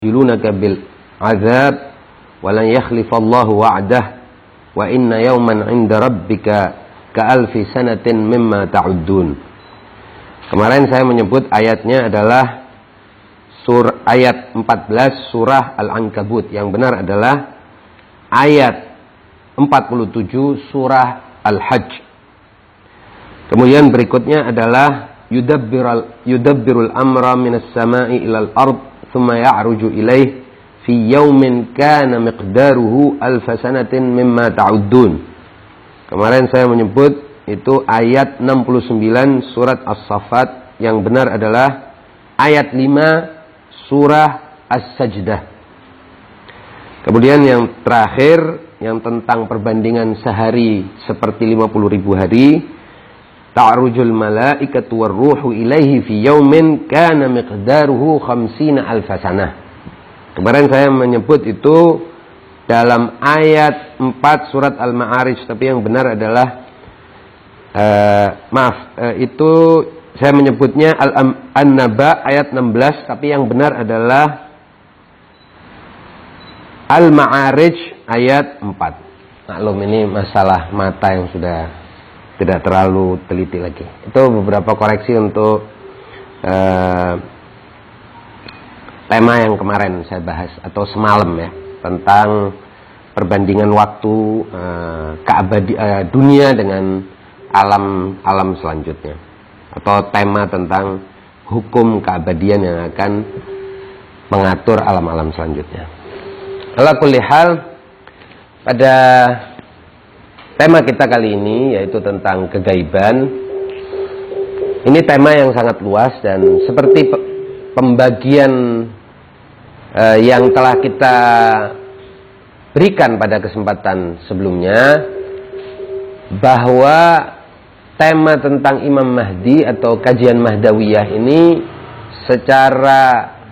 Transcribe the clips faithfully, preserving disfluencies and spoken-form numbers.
yulunaka bil azab wa lan yakhlifallahu wa'dah wa inna yawman 'inda rabbika ka'alfi sanatin mimma ta'uddun. Kemarin saya menyebut ayatnya adalah sur ayat empat belas surah Al-Ankabut. Yang benar adalah ayat empat puluh tujuh surah Al-Hajj. Kemudian berikutnya adalah yudabbirul yudabbirul amra minas sama'i ilal ard thumma ya'ruju ilaih fi yaumin kana miqdaruhu alfa sanatin mimma ta'uddun. Kemarin saya menyebut itu ayat enam puluh sembilan surat As-Saffat. Yang benar adalah ayat lima surah As-Sajdah. Kemudian yang terakhir yang tentang perbandingan sehari seperti lima puluh ribu hari. Ta'rujul malaikatu warruhu ilaihi fi yaumin kana miqdaruhu khamsina alfa sanah. Kemarin saya menyebut itu dalam ayat empat surat Al-Ma'arij, tapi yang benar adalah uh, maaf, uh, itu saya menyebutnya Al-An-Naba ayat enam belas, tapi yang benar adalah Al-Ma'arij ayat empat. Maklum ini masalah mata yang sudah tidak terlalu teliti lagi. Itu beberapa koreksi untuk uh, tema yang kemarin saya bahas atau semalam ya, tentang perbandingan waktu uh, keabadi uh, dunia dengan alam alam selanjutnya, atau tema tentang hukum keabadian yang akan mengatur alam-alam selanjutnya. Ala kulli hal, pada tema kita kali ini yaitu tentang kegaiban. Ini tema yang sangat luas dan seperti pembagian uh, yang telah kita berikan pada kesempatan sebelumnya, bahwa tema tentang Imam Mahdi atau kajian Mahdawiyah ini secara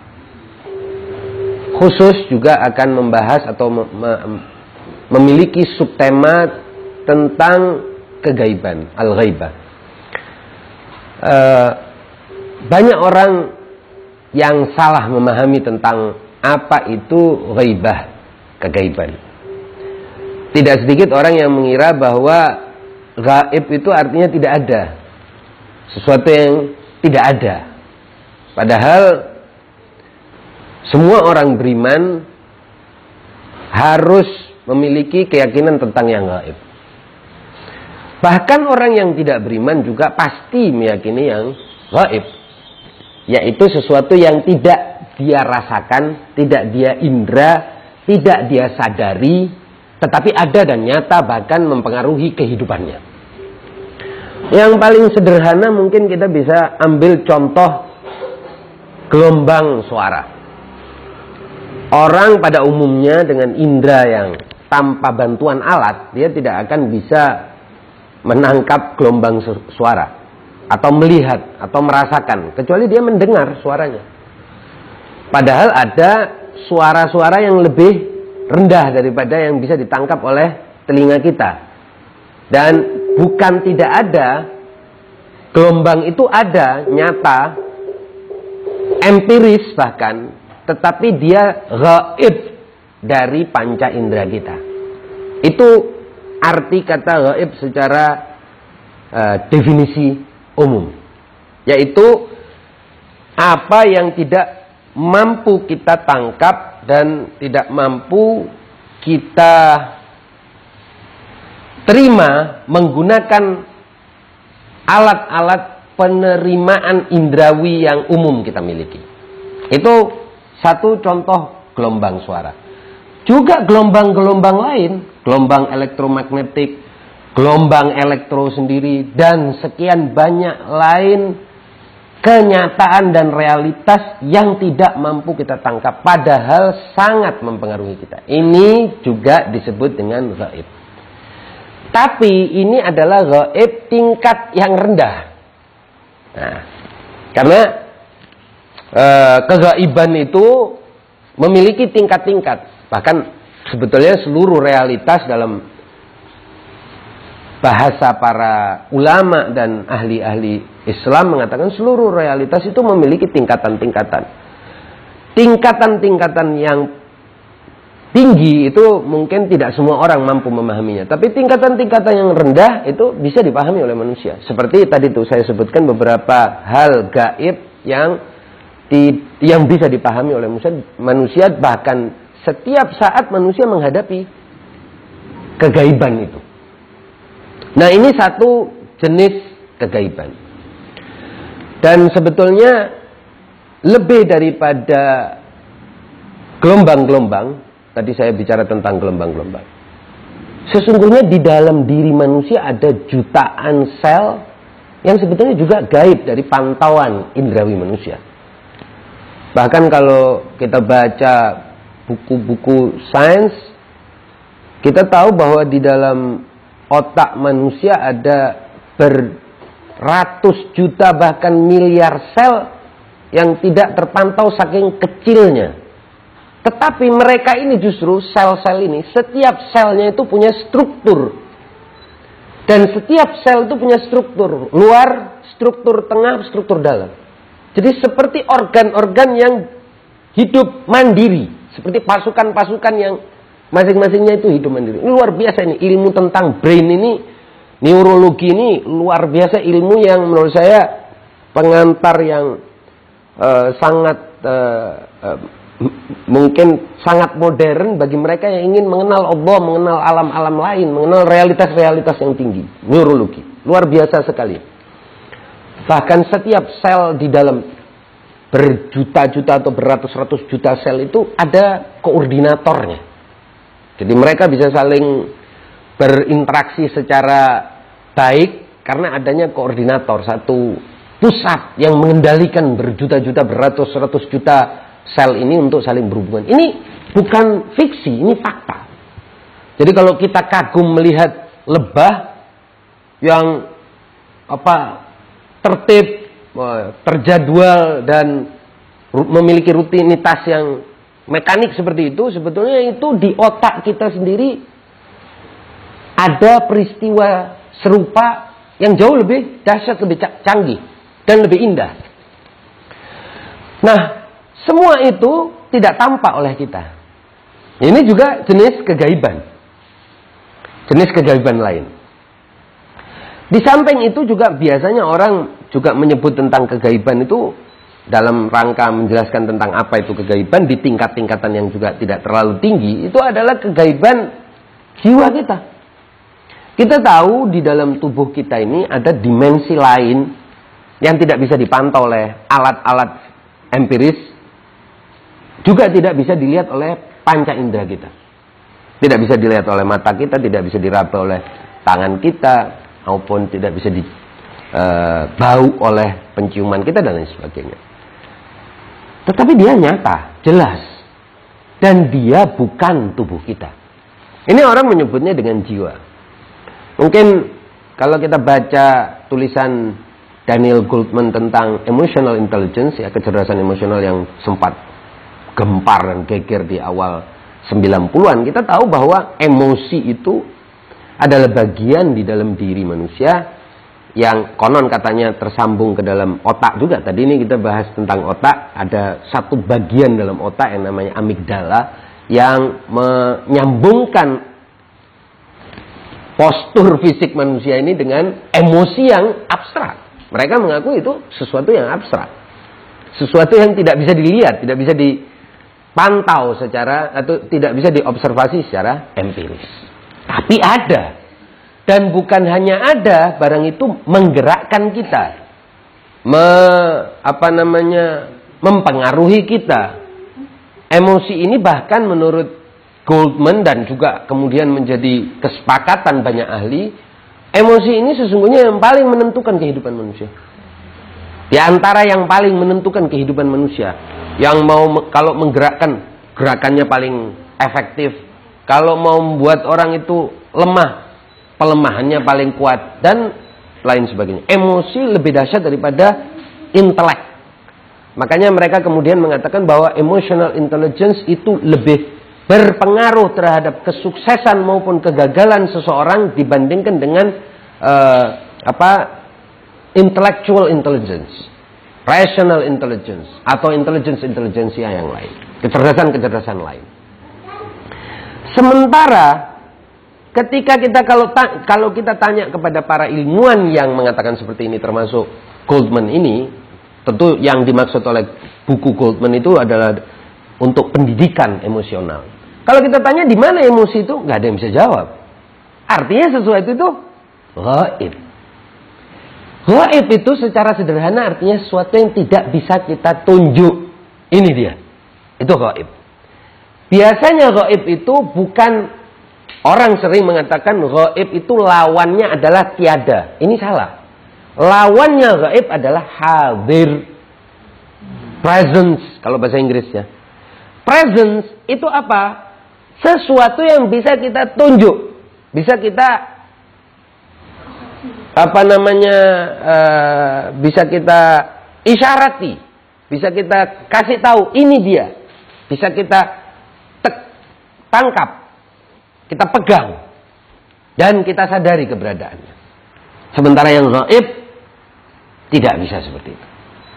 khusus juga akan membahas atau memiliki subtema tentang kegaiban, al-ghaibah. E, banyak orang yang salah memahami tentang apa itu ghaibah, kegaiban. Tidak sedikit orang yang mengira bahwa gaib itu artinya tidak ada, sesuatu yang tidak ada. Padahal semua orang beriman harus memiliki keyakinan tentang yang gaib. Bahkan orang yang tidak beriman juga pasti meyakini yang gaib, yaitu sesuatu yang tidak dia rasakan, tidak dia indra, tidak dia sadari, tetapi ada dan nyata, bahkan mempengaruhi kehidupannya. Yang paling sederhana mungkin kita bisa ambil contoh gelombang suara. Orang pada umumnya dengan indra yang tanpa bantuan alat, dia tidak akan bisa menangkap gelombang suara atau melihat atau merasakan, kecuali dia mendengar suaranya. Padahal ada suara-suara yang lebih rendah daripada yang bisa ditangkap oleh telinga kita. Dan bukan tidak ada, gelombang itu ada, nyata, empiris bahkan, tetapi dia gaib dari panca indera kita. Itu arti kata gaib secara uh, definisi umum, yaitu apa yang tidak mampu kita tangkap dan tidak mampu kita terima menggunakan alat-alat penerimaan indrawi yang umum kita miliki. Itu satu contoh gelombang suara. Juga gelombang-gelombang lain, gelombang elektromagnetik, gelombang elektro sendiri, dan sekian banyak lain kenyataan dan realitas yang tidak mampu kita tangkap, padahal sangat mempengaruhi kita. Ini juga disebut dengan gaib. Tapi ini adalah gaib tingkat yang rendah. Nah, karena e, kegaiban itu memiliki tingkat-tingkat. Bahkan sebetulnya seluruh realitas dalam bahasa para ulama dan ahli-ahli Islam mengatakan seluruh realitas itu memiliki tingkatan-tingkatan. tingkatan-tingkatan yang tinggi itu mungkin tidak semua orang mampu memahaminya. Tapi tingkatan-tingkatan yang rendah itu bisa dipahami oleh manusia. Seperti tadi tuh saya sebutkan beberapa hal gaib yang di, yang bisa dipahami oleh manusia, manusia bahkan setiap saat manusia menghadapi kegaiban itu. Nah, ini satu jenis kegaiban. Dan sebetulnya lebih daripada gelombang-gelombang, tadi saya bicara tentang gelombang-gelombang. Sesungguhnya di dalam diri manusia ada jutaan sel yang sebetulnya juga gaib dari pantauan indrawi manusia. Bahkan kalau kita baca buku-buku sains, kita tahu bahwa di dalam otak manusia ada beratus juta bahkan miliar sel yang tidak terpantau saking kecilnya. Tetapi mereka ini justru sel-sel ini, setiap selnya itu punya struktur. Dan setiap sel itu punya struktur luar, struktur tengah, struktur dalam. Jadi seperti organ-organ yang hidup mandiri. Seperti pasukan-pasukan yang masing-masingnya itu hidup mandiri. Ini luar biasa ini, ilmu tentang brain ini, neurologi ini luar biasa ilmu yang menurut saya pengantar yang uh, sangat uh, uh, mungkin sangat modern bagi mereka yang ingin mengenal Allah, mengenal alam-alam lain, mengenal realitas-realitas yang tinggi. Neurologi, luar biasa sekali. Bahkan setiap sel di dalam berjuta-juta atau beratus-ratus juta sel itu ada koordinatornya. Jadi mereka bisa saling berinteraksi secara baik karena adanya koordinator, satu pusat yang mengendalikan berjuta-juta, beratus-ratus juta sel ini untuk saling berhubungan. Ini bukan fiksi, ini fakta. Jadi kalau kita kagum melihat lebah yang apa tertib, terjadwal dan memiliki rutinitas yang mekanik seperti itu, sebetulnya itu di otak kita sendiri ada peristiwa serupa yang jauh lebih dahsyat, lebih canggih dan lebih indah. Nah, semua itu tidak tampak oleh kita. Ini juga jenis kegaiban. Jenis kegaiban lain. Di samping itu juga biasanya orang juga menyebut tentang kegaiban itu dalam rangka menjelaskan tentang apa itu kegaiban di tingkat-tingkatan yang juga tidak terlalu tinggi. Itu adalah kegaiban jiwa kita. Kita tahu di dalam tubuh kita ini ada dimensi lain yang tidak bisa dipantau oleh alat-alat empiris. Juga tidak bisa dilihat oleh panca indera kita. Tidak bisa dilihat oleh mata kita, tidak bisa diraba oleh tangan kita, maupun tidak bisa dibau uh, oleh penciuman kita dan lain sebagainya. Tetapi dia nyata, jelas. Dan dia bukan tubuh kita. Ini orang menyebutnya dengan jiwa. Mungkin kalau kita baca tulisan Daniel Goleman tentang emotional intelligence, ya kecerdasan emosional yang sempat gempar dan geger di awal sembilan puluhan, kita tahu bahwa emosi itu adalah bagian di dalam diri manusia yang konon katanya tersambung ke dalam otak juga. Tadi ini kita bahas tentang otak, ada satu bagian dalam otak yang namanya amigdala yang menyambungkan postur fisik manusia ini dengan emosi yang abstrak. Mereka mengaku itu sesuatu yang abstrak. Sesuatu yang tidak bisa dilihat, tidak bisa di pantau secara atau tidak bisa diobservasi secara empiris. Tapi ada. Dan bukan hanya ada, barang itu menggerakkan kita. Me, apa namanya? mempengaruhi kita. Emosi ini bahkan menurut Goleman dan juga kemudian menjadi kesepakatan banyak ahli, emosi ini sesungguhnya yang paling menentukan kehidupan manusia. Di antara yang paling menentukan kehidupan manusia. Yang mau kalau menggerakkan, gerakannya paling efektif. Kalau mau membuat orang itu lemah, pelemahannya paling kuat dan lain sebagainya. Emosi lebih dahsyat daripada intelek. Makanya mereka kemudian mengatakan bahwa emotional intelligence itu lebih berpengaruh terhadap kesuksesan maupun kegagalan seseorang dibandingkan dengan uh, apa intellectual intelligence. rational intelligence atau intelligence intelligence yang lain, kecerdasan-kecerdasan lain. Sementara ketika kita kalau ta- kalau kita tanya kepada para ilmuwan yang mengatakan seperti ini, termasuk Goldman ini, tentu yang dimaksud oleh buku Goldman itu adalah untuk pendidikan emosional. Kalau kita tanya di mana emosi itu, nggak ada yang bisa jawab. Artinya sesuatu itu gaib. Gaib itu secara sederhana artinya sesuatu yang tidak bisa kita tunjuk. Ini dia. Itu gaib. Biasanya gaib itu bukan, orang sering mengatakan gaib itu lawannya adalah tiada. Ini salah. Lawannya gaib adalah hadir. Presence kalau bahasa Inggrisnya. Presence itu apa? Sesuatu yang bisa kita tunjuk. Bisa kita apa namanya uh, bisa kita isyarati, bisa kita kasih tahu ini dia, bisa kita tek, tangkap, kita pegang dan kita sadari keberadaannya. Sementara yang gaib tidak bisa seperti itu.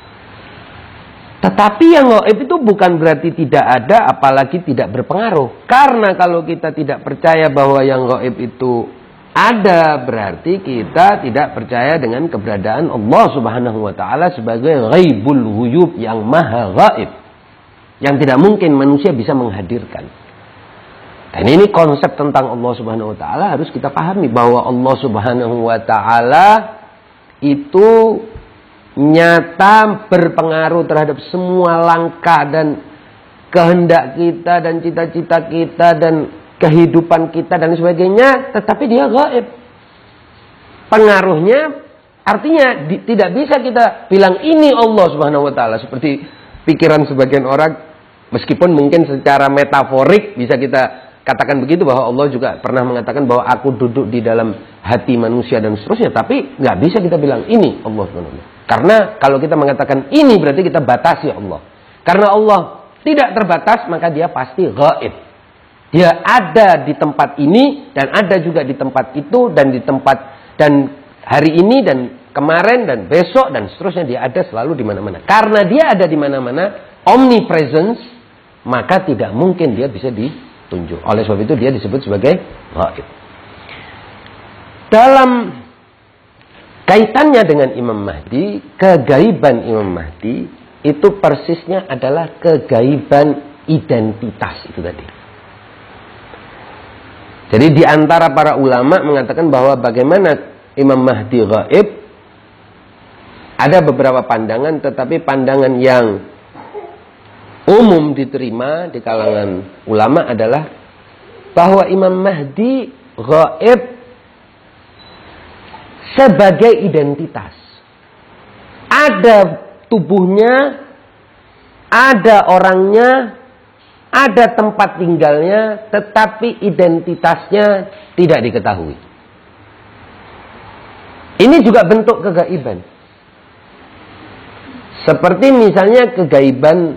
Tetapi yang gaib itu bukan berarti tidak ada, apalagi tidak berpengaruh. Karena kalau kita tidak percaya bahwa yang gaib itu ada, berarti kita tidak percaya dengan keberadaan Allah Subhanahu wa taala sebagai ghaibul ghuyub, yang maha gaib, yang tidak mungkin manusia bisa menghadirkan. Dan ini konsep tentang Allah Subhanahu wa taala harus kita pahami, bahwa Allah Subhanahu wa taala itu nyata berpengaruh terhadap semua langkah dan kehendak kita dan cita-cita kita dan kehidupan kita dan sebagainya, tetapi dia gaib. Pengaruhnya artinya di, tidak bisa kita bilang ini Allah Subhanahu wa taala seperti pikiran sebagian orang, meskipun mungkin secara metaforik bisa kita katakan begitu, bahwa Allah juga pernah mengatakan bahwa aku duduk di dalam hati manusia dan seterusnya, tapi nggak bisa kita bilang ini Allah Subhanahu wa taala. Karena kalau kita mengatakan ini berarti kita batasi Allah. Karena Allah tidak terbatas, maka dia pasti gaib. Dia ada di tempat ini dan ada juga di tempat itu dan di tempat dan hari ini dan kemarin dan besok dan seterusnya, dia ada selalu di mana-mana. Karena dia ada di mana-mana, omnipresence, maka tidak mungkin dia bisa ditunjuk. Oleh sebab itu dia disebut sebagai gaib. Dalam kaitannya dengan Imam Mahdi, kegaiban Imam Mahdi itu persisnya adalah kegaiban identitas itu tadi. Jadi di antara para ulama mengatakan bahwa bagaimana Imam Mahdi gaib, ada beberapa pandangan, tetapi pandangan yang umum diterima di kalangan ulama adalah bahwa Imam Mahdi gaib sebagai identitas. Ada tubuhnya, ada orangnya, ada tempat tinggalnya, tetapi identitasnya tidak diketahui. Ini juga bentuk kegaiban. Seperti misalnya kegaiban,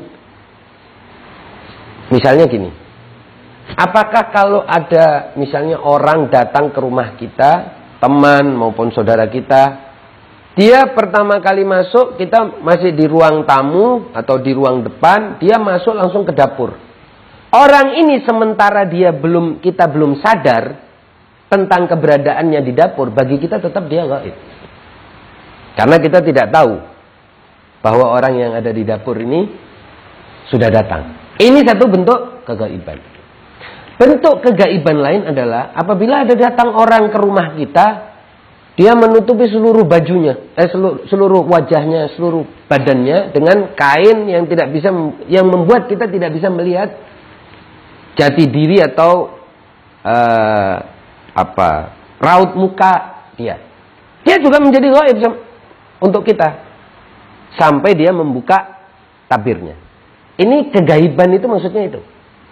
misalnya gini. Apakah kalau ada misalnya orang datang ke rumah kita, teman maupun saudara kita, dia pertama kali masuk, kita masih di ruang tamu atau di ruang depan, dia masuk langsung ke dapur. Orang ini sementara dia belum kita belum sadar tentang keberadaannya di dapur, bagi kita tetap dia gaib. Karena kita tidak tahu bahwa orang yang ada di dapur ini sudah datang. Ini satu bentuk kegaiban. Bentuk kegaiban lain adalah apabila ada datang orang ke rumah kita, dia menutupi seluruh bajunya, eh, seluruh, seluruh wajahnya, seluruh badannya dengan kain yang tidak bisa, yang membuat kita tidak bisa melihat jati diri atau uh, apa raut muka dia. Dia juga menjadi gaib untuk kita sampai dia membuka tabirnya. Ini kegaiban itu maksudnya itu.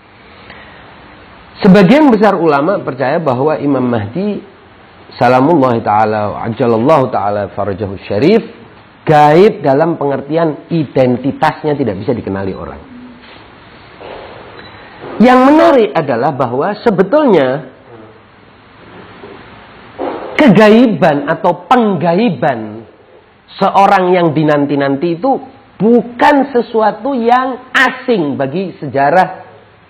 Sebagian besar ulama percaya bahwa Imam Mahdi salamullah ta'ala ajalallahu ta'ala farajahu syarif gaib dalam pengertian identitasnya tidak bisa dikenali orang. Yang menarik adalah bahwa sebetulnya kegaiban atau penggaiban seorang yang dinanti-nanti itu bukan sesuatu yang asing bagi sejarah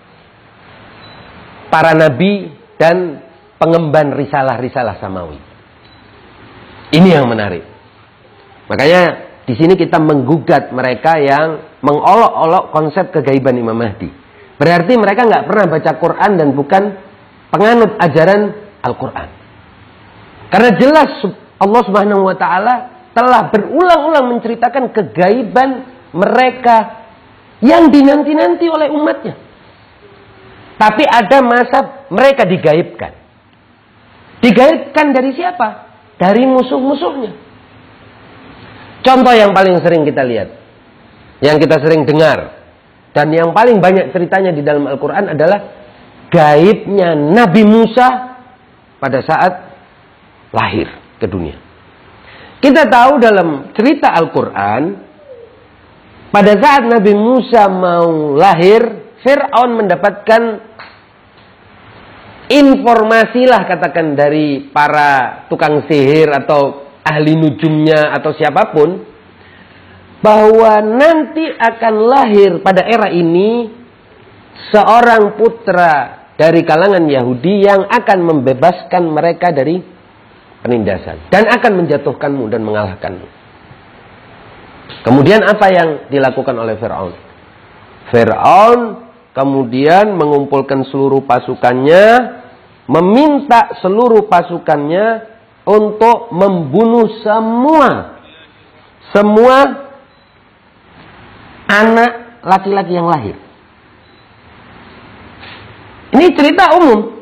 para nabi dan pengemban risalah-risalah samawi. Ini yang menarik. Makanya di sini kita menggugat mereka yang mengolok-olok konsep kegaiban Imam Mahdi. Berarti mereka nggak pernah baca Quran dan bukan penganut ajaran Al-Quran. Karena jelas Allah Subhanahu wa taala telah berulang-ulang menceritakan kegaiban mereka yang dinanti-nanti oleh umatnya. Tapi ada masa mereka digaibkan. Digaibkan dari siapa? Dari musuh-musuhnya. Contoh yang paling sering kita lihat, yang kita sering dengar, dan yang paling banyak ceritanya di dalam Al-Quran adalah gaibnya Nabi Musa pada saat lahir ke dunia. Kita tahu dalam cerita Al-Quran, pada saat Nabi Musa mau lahir, Fir'aun mendapatkan informasi lah katakan dari para tukang sihir atau ahli nujumnya atau siapapun, bahwa nanti akan lahir pada era ini seorang putra dari kalangan Yahudi yang akan membebaskan mereka dari penindasan dan akan menjatuhkanmu dan mengalahkanmu. Kemudian apa yang dilakukan oleh Fir'aun? Fir'aun kemudian mengumpulkan seluruh pasukannya, meminta seluruh pasukannya untuk membunuh semua semua anak laki-laki yang lahir. Ini cerita umum.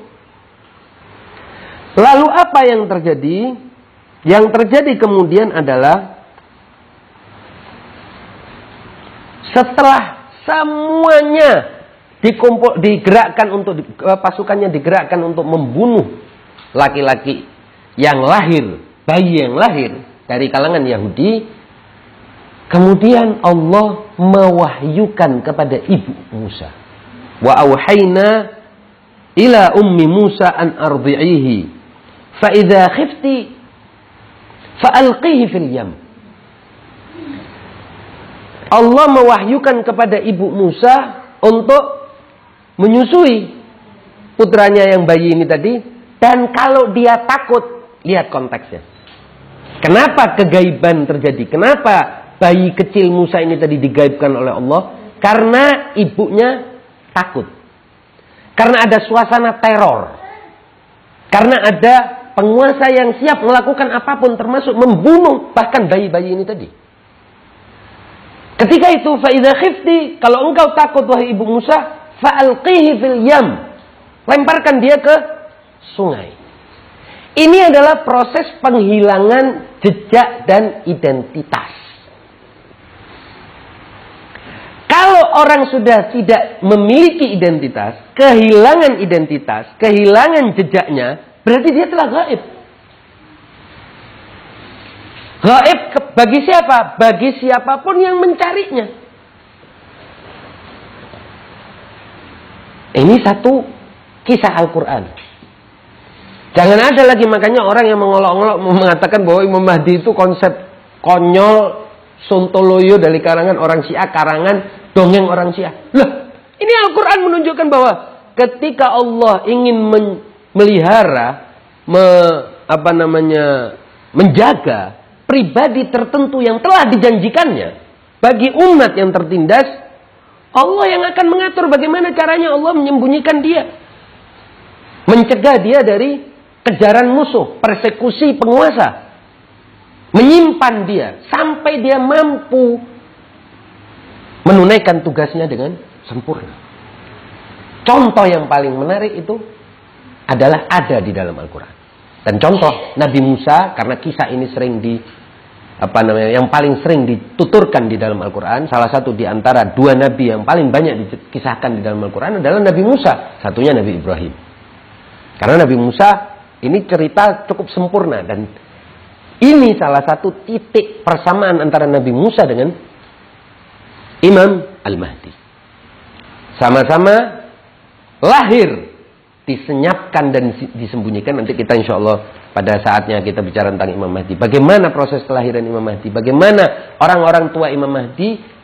Lalu apa yang terjadi? Yang terjadi kemudian adalah setelah semuanya dikumpul, digerakkan untuk pasukannya digerakkan untuk membunuh laki-laki yang lahir, bayi yang lahir dari kalangan Yahudi, kemudian Allah mewahyukan kepada ibu Musa. Wa auhayna ila ummi Musa an ardi'ihi fa idza khifti fa alqihi fil yam. Allah mewahyukan kepada ibu Musa untuk menyusui putranya yang bayi ini tadi, dan kalau dia takut, lihat konteksnya. Kenapa kegaiban terjadi? Kenapa bayi kecil Musa ini tadi digaibkan oleh Allah? Karena ibunya takut. Karena ada suasana teror. Karena ada penguasa yang siap melakukan apapun termasuk membunuh bahkan bayi-bayi ini tadi. Ketika itu, fa idza khifti, kalau engkau takut wahai ibu Musa, fa alqihi fil yam. Lemparkan dia ke sungai. Ini adalah proses penghilangan jejak dan identitas. Kalau orang sudah tidak memiliki identitas, kehilangan identitas, kehilangan jejaknya, berarti dia telah gaib. Gaib bagi siapa? Bagi siapapun yang mencarinya. Ini satu kisah Al-Quran. Jangan ada lagi makanya orang yang mengolok-olok mengatakan bahwa Imam Mahdi itu konsep konyol, sontoloyo dari karangan orang Syiah, karangan dongeng orang Syiah. Lah, ini Al-Quran menunjukkan bahwa ketika Allah ingin memelihara, me, apa namanya, menjaga pribadi tertentu yang telah dijanjikannya bagi umat yang tertindas, Allah yang akan mengatur bagaimana caranya Allah menyembunyikan dia, mencegah dia dari kejaran musuh, persekusi penguasa, menyimpan dia sampai dia mampu menunaikan tugasnya dengan sempurna. Contoh yang paling menarik itu adalah ada di dalam Al-Quran. Dan contoh Nabi Musa, karena kisah ini sering di apa namanya, yang paling sering dituturkan di dalam Al-Quran, salah satu di antara dua nabi yang paling banyak dikisahkan di dalam Al-Quran adalah Nabi Musa, satunya Nabi Ibrahim. Karena Nabi Musa ini cerita cukup sempurna, dan ini salah satu titik persamaan antara Nabi Musa dengan Imam Al-Mahdi. Sama-sama lahir, disenyapkan dan disembunyikan. Nanti kita insya Allah pada saatnya kita bicara tentang Imam Mahdi. Bagaimana proses kelahiran Imam Mahdi? Bagaimana orang-orang tua Imam Mahdi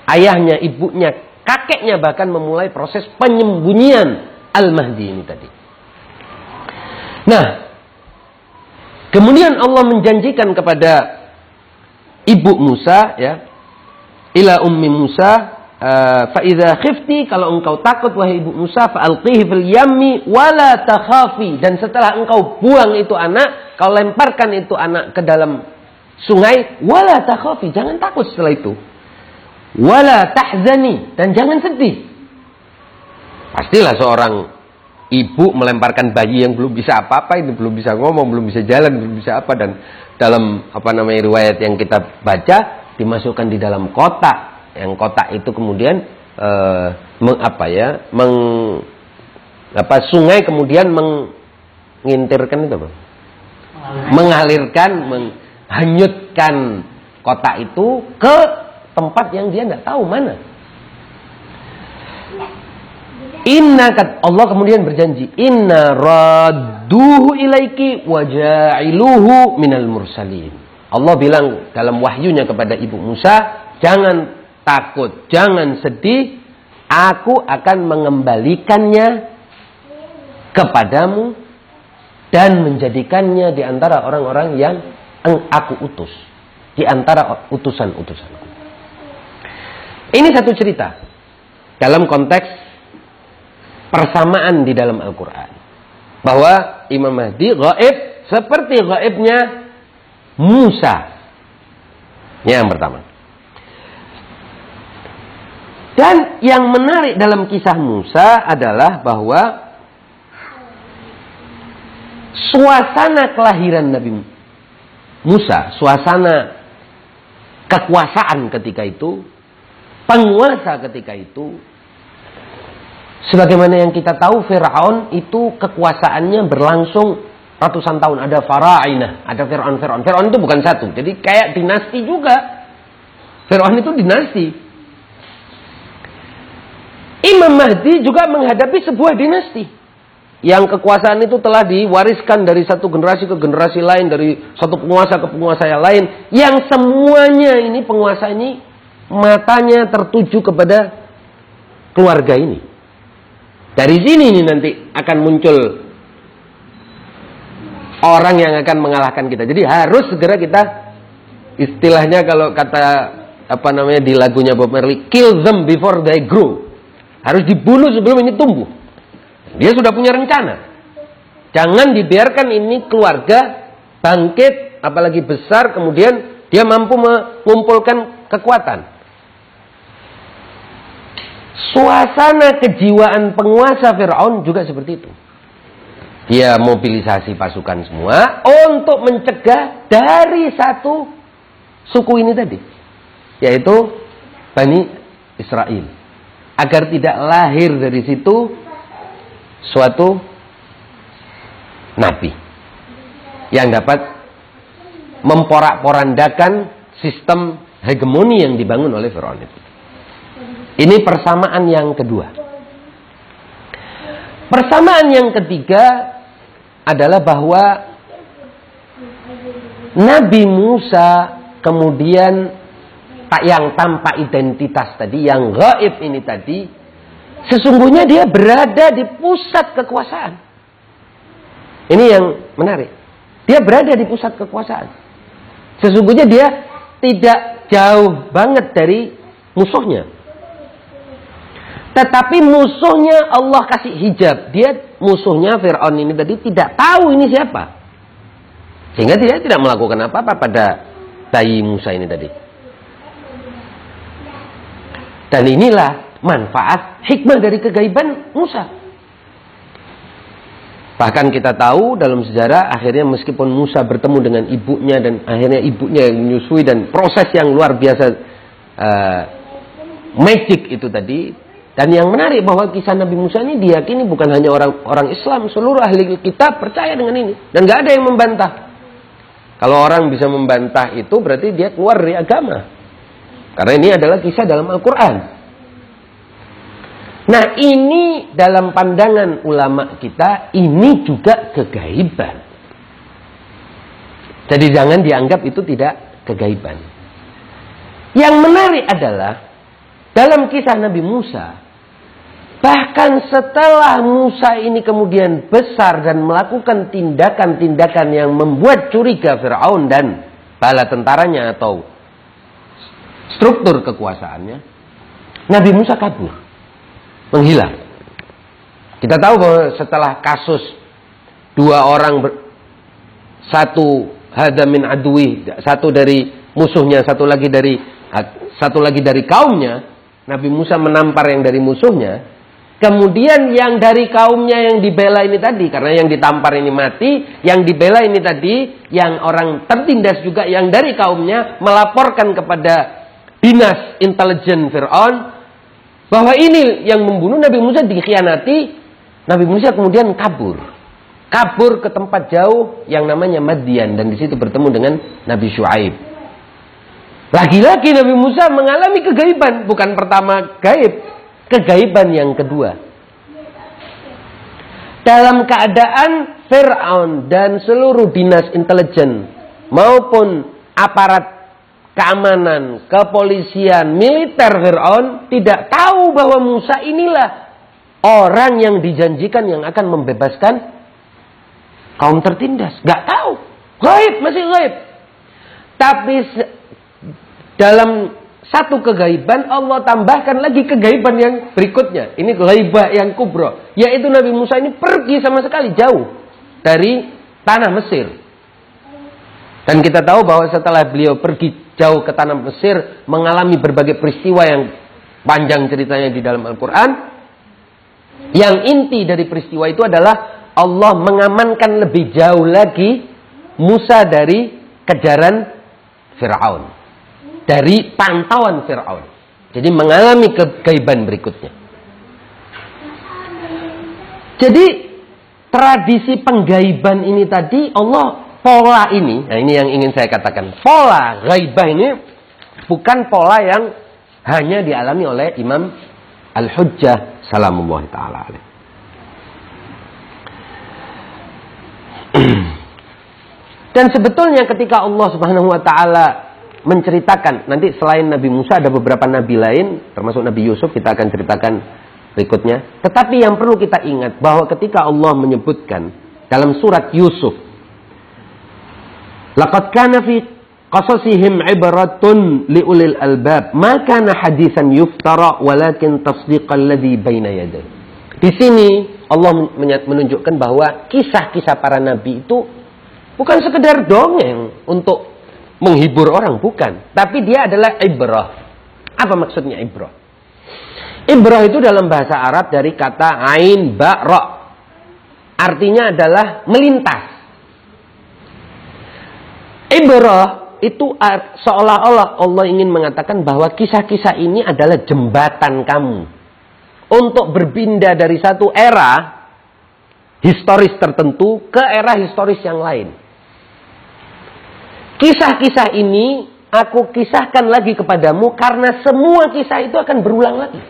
ayahnya, ibunya, kakeknya bahkan memulai proses penyembunyian Al-Mahdi ini tadi. Nah, kemudian Allah menjanjikan kepada ibu Musa, ya, ila ummi Musa, fa idza khifti, kalau engkau takut wahai ibu Musa, fa alqihi fil yammi wala takhafi, dan setelah engkau buang itu anak, kau lemparkan itu anak ke dalam sungai, wala takhafi, jangan takut setelah itu. Wala tahzani, dan jangan sedih. Pastilah seorang ibu melemparkan bayi yang belum bisa apa-apa, ini belum bisa ngomong, belum bisa jalan, belum bisa apa, dan dalam apa namanya riwayat yang kita baca dimasukkan di dalam kotak. Yang kotak itu kemudian eh, meng, apa ya, meng, apa, sungai kemudian mengintirkan itu apa? Mengalirkan, menghanyutkan kotak itu ke tempat yang dia tidak tahu mana. Inna, Allah kemudian berjanji, inna radduhu ilaiki wa ja'iluhu minal mursalin. Allah bilang dalam wahyunya kepada ibu Musa, jangan takut, jangan sedih, aku akan mengembalikannya kepadamu dan menjadikannya di antara orang-orang yang aku utus, di antara utusan-utusanku. Ini satu cerita dalam konteks persamaan di dalam Al-Quran, bahwa Imam Mahdi gaib seperti gaibnya Musa. Yang pertama. Dan yang menarik dalam kisah Musa adalah bahwa suasana kelahiran Nabi Musa, suasana kekuasaan ketika itu, penguasa ketika itu, sebagaimana yang kita tahu, Fir'aun itu kekuasaannya berlangsung ratusan tahun. Ada Fara'inah, ada Fir'aun, Fir'aun. Fir'aun itu bukan satu, jadi kayak dinasti juga. Fir'aun itu dinasti. Imam Mahdi juga menghadapi sebuah dinasti yang kekuasaan itu telah diwariskan dari satu generasi ke generasi lain, dari satu penguasa ke penguasa yang lain, yang semuanya ini penguasa ini matanya tertuju kepada keluarga ini. Dari sini ini nanti akan muncul orang yang akan mengalahkan kita. Jadi harus segera kita, istilahnya kalau kata apa namanya di lagunya Bob Marley, kill them before they grow. Harus dibunuh sebelum ini tumbuh. Dia sudah punya rencana. Jangan dibiarkan ini keluarga bangkit, apalagi besar, kemudian dia mampu mengumpulkan kekuatan. Suasana kejiwaan penguasa Fir'aun juga seperti itu. Dia mobilisasi pasukan semua untuk mencegah dari satu suku ini tadi, yaitu Bani Israel, agar tidak lahir dari situ suatu nabi yang dapat memporak-porandakan sistem hegemoni yang dibangun oleh Fir'aun itu. Ini persamaan yang kedua. Persamaan yang ketiga adalah bahwa Nabi Musa kemudian tak yang tanpa identitas tadi, yang gaib ini tadi, sesungguhnya dia berada di pusat kekuasaan. Ini yang menarik. Dia berada di pusat kekuasaan. Sesungguhnya dia tidak jauh banget dari musuhnya. Tetapi musuhnya Allah kasih hijab. Dia musuhnya Fir'aun ini tadi tidak tahu ini siapa. Sehingga dia tidak melakukan apa-apa pada bayi Musa ini tadi. Dan inilah manfaat hikmah dari kegaiban Musa. Bahkan kita tahu dalam sejarah akhirnya meskipun Musa bertemu dengan ibunya dan akhirnya ibunya yang menyusui dan proses yang luar biasa uh, magic itu tadi. Dan yang menarik bahwa kisah Nabi Musa ini diyakini bukan hanya orang orang Islam, seluruh ahli kitab percaya dengan ini dan nggak ada yang membantah. Kalau orang bisa membantah itu berarti dia keluar dari agama. Karena ini adalah kisah dalam Al-Quran. Nah ini dalam pandangan ulama kita, ini juga kegaiban. Jadi jangan dianggap itu tidak kegaiban. Yang menarik adalah dalam kisah Nabi Musa, bahkan setelah Musa ini kemudian besar dan melakukan tindakan-tindakan yang membuat curiga Fir'aun dan bala tentaranya atau struktur kekuasaannya, Nabi Musa kabur, menghilang. Kita tahu bahwa setelah kasus dua orang ber, satu hada min adwi, satu dari musuhnya, satu lagi dari satu lagi dari kaumnya, Nabi Musa menampar yang dari musuhnya. Kemudian yang dari kaumnya yang dibela ini tadi, karena yang ditampar ini mati, yang dibela ini tadi, yang orang tertindas juga, yang dari kaumnya melaporkan kepada dinas intelijen Fir'aun bahwa ini yang membunuh Nabi Musa dikhianati. Nabi Musa kemudian kabur, kabur ke tempat jauh yang namanya Madian, dan di situ bertemu dengan Nabi Syuaib. Lagi-lagi Nabi Musa mengalami kegaiban, bukan pertama gaib. Kegaiban yang kedua, dalam keadaan Fir'aun dan seluruh dinas intelijen maupun aparat keamanan, kepolisian, militer Fir'aun tidak tahu bahwa Musa inilah orang yang dijanjikan yang akan membebaskan kaum tertindas. Gak tahu, gaib, masih gaib. Tapi dalam satu kegaiban, Allah tambahkan lagi kegaiban yang berikutnya. Ini ghaibah yang kubra. Yaitu Nabi Musa ini pergi sama sekali jauh dari tanah Mesir. Dan kita tahu bahwa setelah beliau pergi jauh ke tanah Mesir, mengalami berbagai peristiwa yang panjang ceritanya di dalam Al-Quran. Yang inti dari peristiwa itu adalah Allah mengamankan lebih jauh lagi Musa dari kejaran Fir'aun. Dari pantauan Fir'aun. Jadi mengalami kegaiban berikutnya. Jadi tradisi penggaiban ini tadi, Allah pola ini, nah ini yang ingin saya katakan. Pola gaibah ini bukan pola yang hanya dialami oleh Imam Al-Hujjah salamullahi ta'ala alaih. Dan sebetulnya ketika Allah subhanahu wa ta'ala menceritakan, nanti selain Nabi Musa ada beberapa nabi lain, termasuk Nabi Yusuf, kita akan ceritakan berikutnya. Tetapi yang perlu kita ingat bahwa ketika Allah menyebutkan dalam surat Yusuf, laqad kana fi qasasihim ibratun liulil albab ma kana hadisan yuftara walakin tasdiqal ladzi baina yadayhi. Di sini Allah menunjukkan bahwa kisah-kisah para nabi itu bukan sekedar dongeng untuk menghibur orang, bukan. Tapi dia adalah ibrah. Apa maksudnya ibrah? Ibrah itu dalam bahasa Arab dari kata ain ba ra. Artinya adalah melintas. Ibrah itu seolah-olah Allah ingin mengatakan bahwa kisah-kisah ini adalah jembatan kamu untuk berpindah dari satu era historis tertentu ke era historis yang lain. Kisah-kisah ini aku kisahkan lagi kepadamu karena semua kisah itu akan berulang lagi.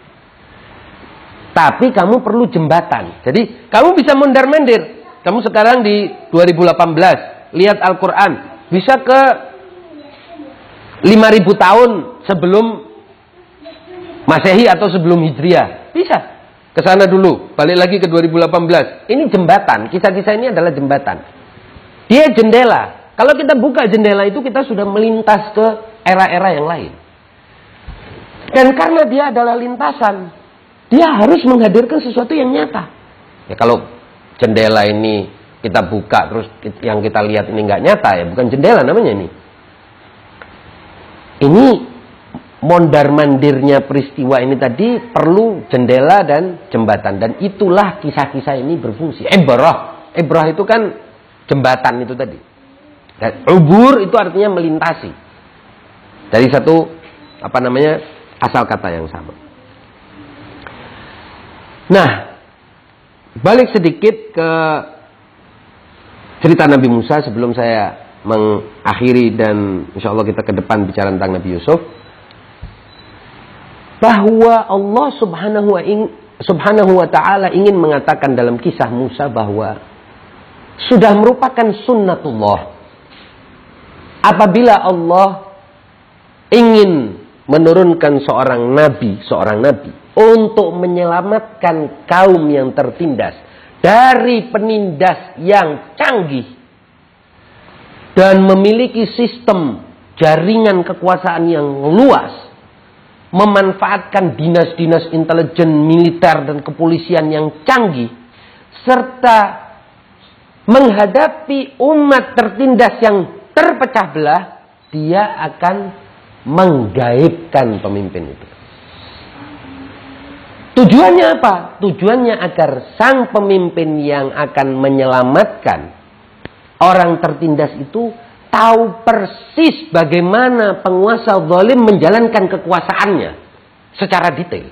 Tapi kamu perlu jembatan. Jadi kamu bisa mondar-mandir. Kamu sekarang di dua ribu delapan belas lihat Al-Quran. Bisa ke lima ribu tahun sebelum Masehi atau sebelum Hijriah. Bisa. Ke sana dulu. Balik lagi ke dua ribu delapan belas. Ini jembatan. Kisah-kisah ini adalah jembatan. Dia jendela. Kalau kita buka jendela itu, kita sudah melintas ke era-era yang lain. Dan karena dia adalah lintasan, dia harus menghadirkan sesuatu yang nyata. Ya kalau jendela ini kita buka, terus yang kita lihat ini nggak nyata, ya bukan jendela namanya ini. Ini mondar-mandirnya peristiwa ini tadi perlu jendela dan jembatan. Dan itulah kisah-kisah ini berfungsi. Ibrah. Ibrah itu kan jembatan itu tadi. Dan ubur itu artinya melintasi dari satu apa namanya asal kata yang sama. Nah, balik sedikit ke cerita Nabi Musa sebelum saya mengakhiri dan insya Allah kita ke depan bicara tentang Nabi Yusuf. Bahwa Allah subhanahu wa, subhanahu wa ta'ala ingin mengatakan dalam kisah Musa bahwa sudah merupakan sunnatullah. Apabila Allah ingin menurunkan seorang nabi, seorang nabi untuk menyelamatkan kaum yang tertindas dari penindas yang canggih dan memiliki sistem jaringan kekuasaan yang luas, memanfaatkan dinas-dinas intelijen, militer dan kepolisian yang canggih, serta menghadapi umat tertindas yang terpecah belah, dia akan menggaibkan pemimpin itu. Tujuannya apa? Tujuannya agar sang pemimpin yang akan menyelamatkan orang tertindas itu tahu persis bagaimana penguasa zalim menjalankan kekuasaannya secara detail.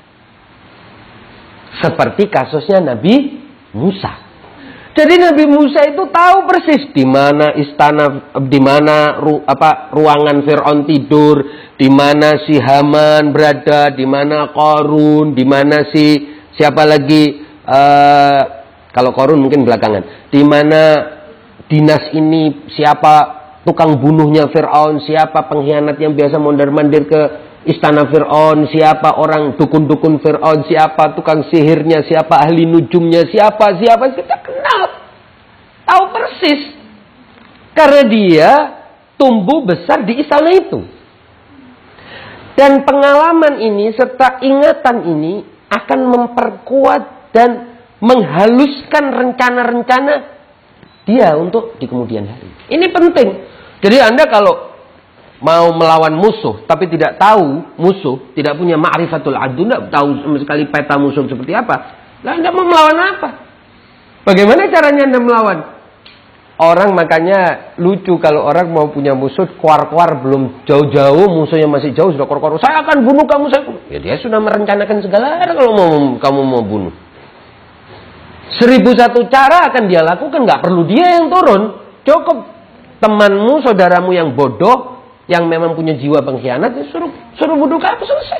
Seperti kasusnya Nabi Musa. Jadi Nabi Musa itu tahu persis di mana istana, di mana ru, apa ruangan Firaun tidur, di mana si Haman berada, di mana Qarun, di mana si siapa lagi uh, kalau Qarun mungkin belakangan. Di mana dinas ini, siapa tukang bunuhnya Firaun, siapa pengkhianat yang biasa mondar-mandir ke istana Firaun, siapa orang dukun-dukun Firaun, siapa tukang sihirnya, siapa ahli nujumnya, siapa, siapa, kita kenal. Tahu persis. Karena dia tumbuh besar di istana itu. Dan pengalaman ini serta ingatan ini akan memperkuat dan menghaluskan rencana-rencana dia untuk di kemudian hari. Ini penting. Jadi Anda kalau mau melawan musuh, tapi tidak tahu musuh, tidak punya ma'rifatul adu, tidak tahu sama sekali peta musuh seperti apa, lah Anda mau melawan apa? Bagaimana caranya Anda melawan? Orang makanya lucu kalau orang mau punya musuh, kuar-kuar belum jauh-jauh, musuhnya masih jauh, sudah kuar-kuar, saya akan bunuh kamu, saya. Ya dia sudah merencanakan segala kalau mau kamu mau bunuh. Seribu satu cara akan dia lakukan, nggak perlu dia yang turun. Cukup temanmu, saudaramu yang bodoh, yang memang punya jiwa pengkhianat, suruh suruh bunuh kamu, selesai.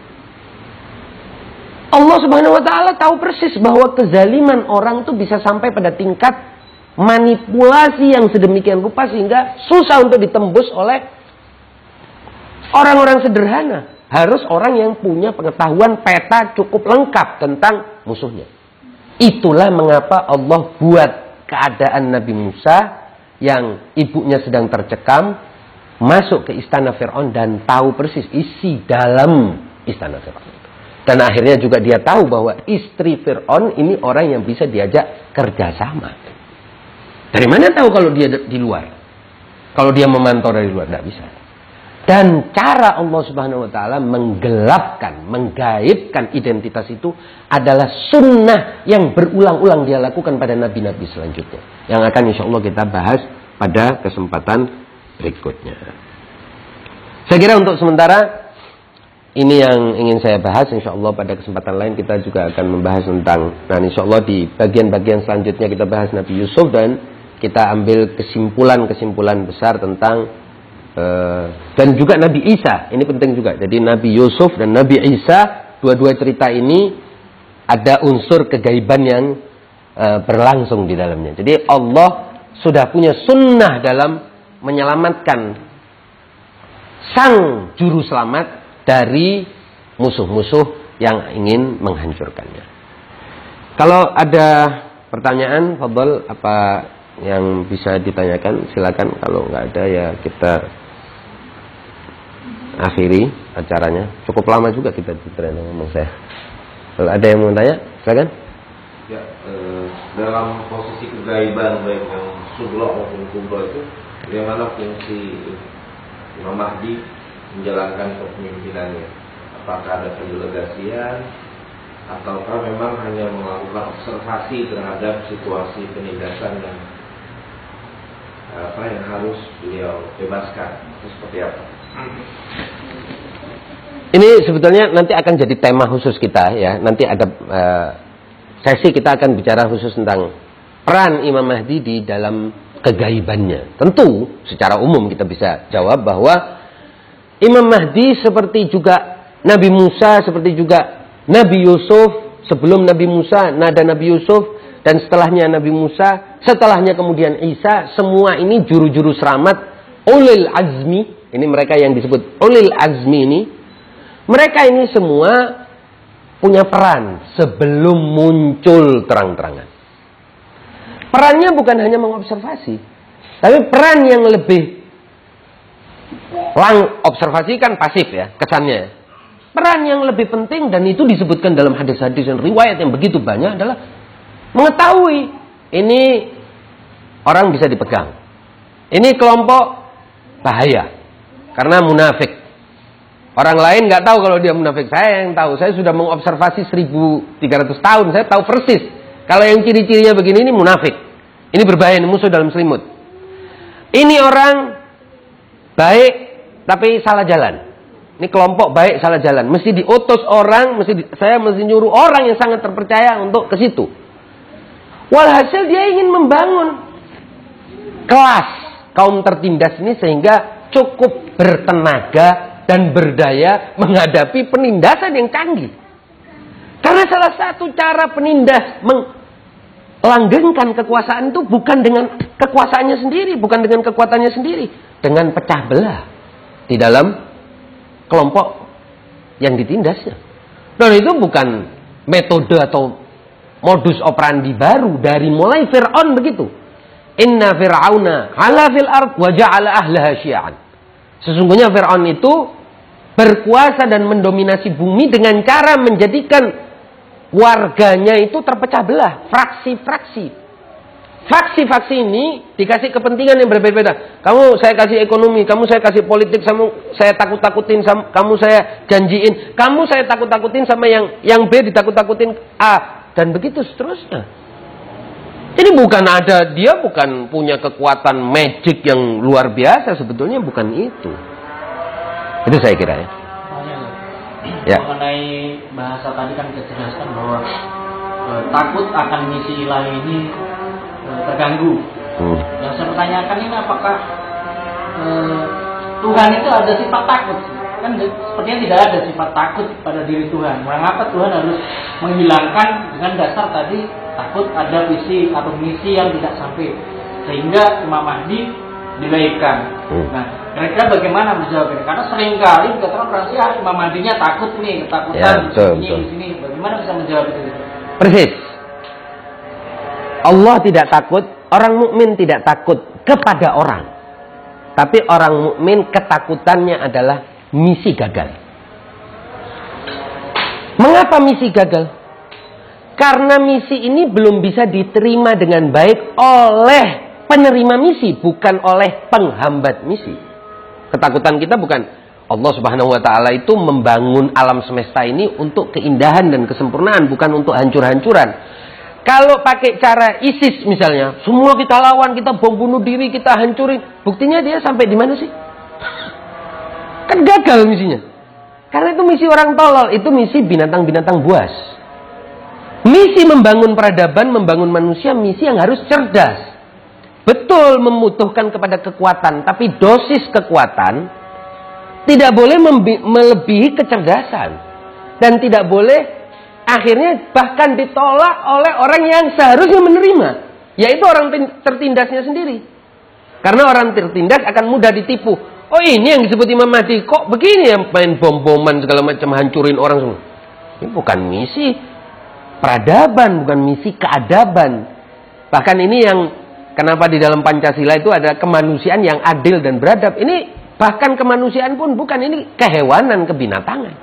Allah Subhanahu Wa Taala tahu persis bahwa kezaliman orang itu bisa sampai pada tingkat manipulasi yang sedemikian rupa sehingga susah untuk ditembus oleh orang-orang sederhana. Harus orang yang punya pengetahuan peta cukup lengkap tentang musuhnya. Itulah mengapa Allah buat keadaan Nabi Musa yang ibunya sedang tercekam masuk ke istana Firaun dan tahu persis isi dalam istana Firaun. Dan akhirnya juga dia tahu bahwa istri Firaun ini orang yang bisa diajak kerjasama. Dari mana tahu kalau dia di luar? Kalau dia memantau dari luar, tidak bisa. Dan cara Allah Subhanahu Wa Taala menggelapkan, menggaibkan identitas itu adalah sunnah yang berulang-ulang dia lakukan pada nabi-nabi selanjutnya. Yang akan insya Allah kita bahas pada kesempatan berikutnya. Saya kira untuk sementara ini yang ingin saya bahas. Insya Allah pada kesempatan lain kita juga akan membahas tentang, nah insya Allah di bagian-bagian selanjutnya kita bahas Nabi Yusuf dan kita ambil kesimpulan-kesimpulan besar tentang uh, dan juga Nabi Isa. Ini penting juga. Jadi Nabi Yusuf dan Nabi Isa, dua-dua cerita ini ada unsur kegaiban yang uh, berlangsung di dalamnya. Jadi Allah sudah punya sunnah dalam menyelamatkan sang juru selamat dari musuh-musuh yang ingin menghancurkannya. Kalau ada pertanyaan, fadhol, apa yang bisa ditanyakan, silakan. Kalau nggak ada ya kita akhiri acaranya. Cukup lama juga kita bicara ngomong saya. Kalau ada yang mau tanya, silakan. Ya, eh, dalam posisi kegaiban baik yang sughra maupun kubra itu, bagaimana fungsi Imam Mahdi menjalankan kepemimpinannya? Apakah ada pendelegasian ataukah memang hanya melakukan observasi terhadap situasi penindasan yang apa yang harus beliau bebaskan, itu seperti apa? Ini sebetulnya nanti akan jadi tema khusus kita ya. Nanti ada uh, sesi kita akan bicara khusus tentang peran Imam Mahdi di dalam kegaibannya. Tentu secara umum kita bisa jawab bahwa Imam Mahdi seperti juga Nabi Musa, seperti juga Nabi Yusuf, sebelum Nabi Musa, nada Nabi Yusuf, dan setelahnya Nabi Musa, setelahnya kemudian Isa, semua ini juru-juru selamat ulil azmi. Ini mereka yang disebut ulil azmi ini, Mereka ini semua punya peran sebelum muncul terang-terangan. Perannya bukan hanya mengobservasi, tapi peran yang lebih lang observasi kan pasif ya kesannya. Peran yang lebih penting dan itu disebutkan dalam hadis-hadis dan riwayat yang begitu banyak adalah mengetahui ini orang bisa dipegang. Ini kelompok bahaya karena munafik. Orang lain nggak tahu kalau dia munafik. Saya yang tahu. Saya sudah mengobservasi seribu tiga ratus tahun. Saya tahu persis kalau yang ciri-cirinya begini ini munafik. Ini berbahaya, ini musuh dalam selimut. Ini orang baik tapi salah jalan. Ini kelompok baik salah jalan. Mesti diutus orang, mesti di, saya mesti nyuruh orang yang sangat terpercaya untuk ke situ. Walhasil dia ingin membangun kelas kaum tertindas ini sehingga cukup bertenaga dan berdaya menghadapi penindasan yang canggih. Karena salah satu cara penindas melanggengkan kekuasaan itu bukan dengan kekuasaannya sendiri, bukan dengan kekuatannya sendiri, dengan pecah belah di dalam kelompok yang ditindasnya. Dan itu bukan metode atau modus operandi baru dari mulai Fir'aun begitu. Inna fir'auna ala fil ard wa ja'ala ahlaha syi'an. Sesungguhnya Fir'aun itu berkuasa dan mendominasi bumi dengan cara menjadikan warganya itu terpecah belah, fraksi-fraksi. Faksi-faksi ini dikasih kepentingan yang berbeda-beda. Kamu saya kasih ekonomi, kamu saya kasih politik, kamu saya takut-takutin, kamu saya janjiin, kamu saya takut-takutin sama yang yang B ditakut-takutin A dan begitu seterusnya. Ini bukan ada dia bukan punya kekuatan magic yang luar biasa, sebetulnya bukan itu. Itu saya kira ya. Ya. Mengenai bahasa tadi kan dijelaskan bahwa e, takut akan misi ilahi ini terganggu. Hmm. Yang saya pertanyakan ini apakah e, Tuhan itu ada sifat takut? Kan sepertinya tidak ada sifat takut pada diri Tuhan. Mengapa Tuhan harus menghilangkan dengan dasar tadi takut ada visi atau misi yang tidak sampai sehingga Imam Mahdi dilahirkan. Hmm. Nah, kira-kira bagaimana menjawab ini? Karena seringkali dikatakan orang sih ah, Imam Mahdinya takut nih, ketakutan ya, betul, di sini, betul. di sini. Bagaimana bisa menjawab itu? Persis. Allah tidak takut, orang mukmin tidak takut kepada orang. Tapi orang mukmin ketakutannya adalah misi gagal. Mengapa misi gagal? Karena misi ini belum bisa diterima dengan baik oleh penerima misi, bukan oleh penghambat misi. Ketakutan kita bukan Allah Subhanahu wa taala itu membangun alam semesta ini untuk keindahan dan kesempurnaan, bukan untuk hancur-hancuran. Kalau pakai cara ISIS misalnya, semua kita lawan, kita bom bunuh diri, kita hancurin. Buktinya dia sampai di mana sih? Kan gagal misinya. Karena itu misi orang tolol, itu misi binatang-binatang buas. Misi membangun peradaban, membangun manusia, misi yang harus cerdas. Betul membutuhkan kepada kekuatan, tapi dosis kekuatan tidak boleh melebihi kecerdasan. Dan tidak boleh akhirnya bahkan ditolak oleh orang yang seharusnya menerima, yaitu orang tertindasnya sendiri. Karena orang tertindas akan mudah ditipu. Oh ini yang disebut Imam Mahdi, kok begini ya main bom-boman segala macam hancurin orang semua. Ini bukan misi peradaban, bukan misi keadaban. Bahkan ini yang kenapa di dalam Pancasila itu ada kemanusiaan yang adil dan beradab. Ini bahkan kemanusiaan pun bukan, ini kehewanan, kebinatangan.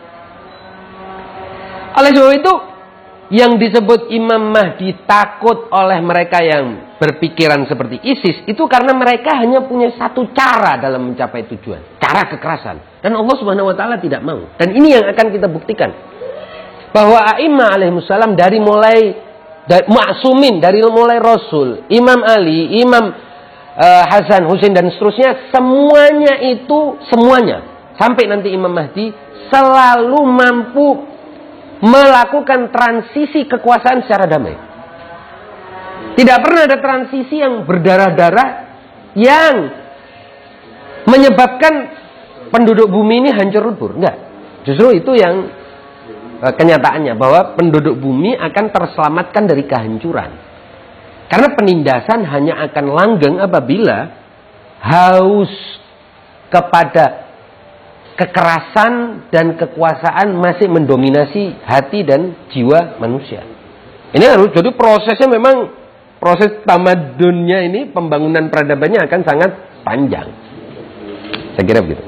Oleh sebab itu, yang disebut Imam Mahdi takut oleh mereka yang berpikiran seperti ISIS, itu karena mereka hanya punya satu cara dalam mencapai tujuan. Cara kekerasan. Dan Allah Subhanahu wa taala tidak mau. Dan ini yang akan kita buktikan. Bahwa A'imah alaihissalam dari mulai dari, ma'sumin, dari mulai Rasul, Imam Ali, Imam uh, Hasan, Husain dan seterusnya, semuanya itu, semuanya, sampai nanti Imam Mahdi, selalu mampu melakukan transisi kekuasaan secara damai. Tidak pernah ada transisi yang berdarah-darah yang menyebabkan penduduk bumi ini hancur lebur. Enggak. Justru itu yang eh, kenyataannya, bahwa penduduk bumi akan terselamatkan dari kehancuran. Karena penindasan hanya akan langgeng apabila haus kepada kekerasan dan kekuasaan masih mendominasi hati dan jiwa manusia. Ini harus jadi prosesnya memang proses tamadunnya ini, pembangunan peradabannya akan sangat panjang. Saya kira begitu.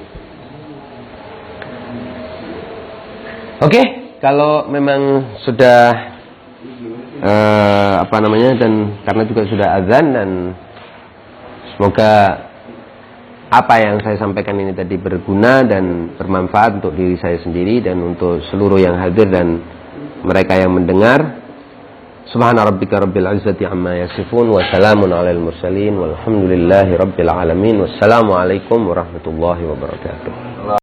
Oke, kalau memang sudah uh, apa namanya, dan karena juga sudah azan, dan semoga apa yang saya sampaikan ini tadi berguna dan bermanfaat untuk diri saya sendiri dan untuk seluruh yang hadir dan mereka yang mendengar. Subhana rabbika rabbil izzati amma yasifun wa salamun alal mursalin walhamdulillahi rabbil alamin. Wassalamu alaikum warahmatullahi wabarakatuh.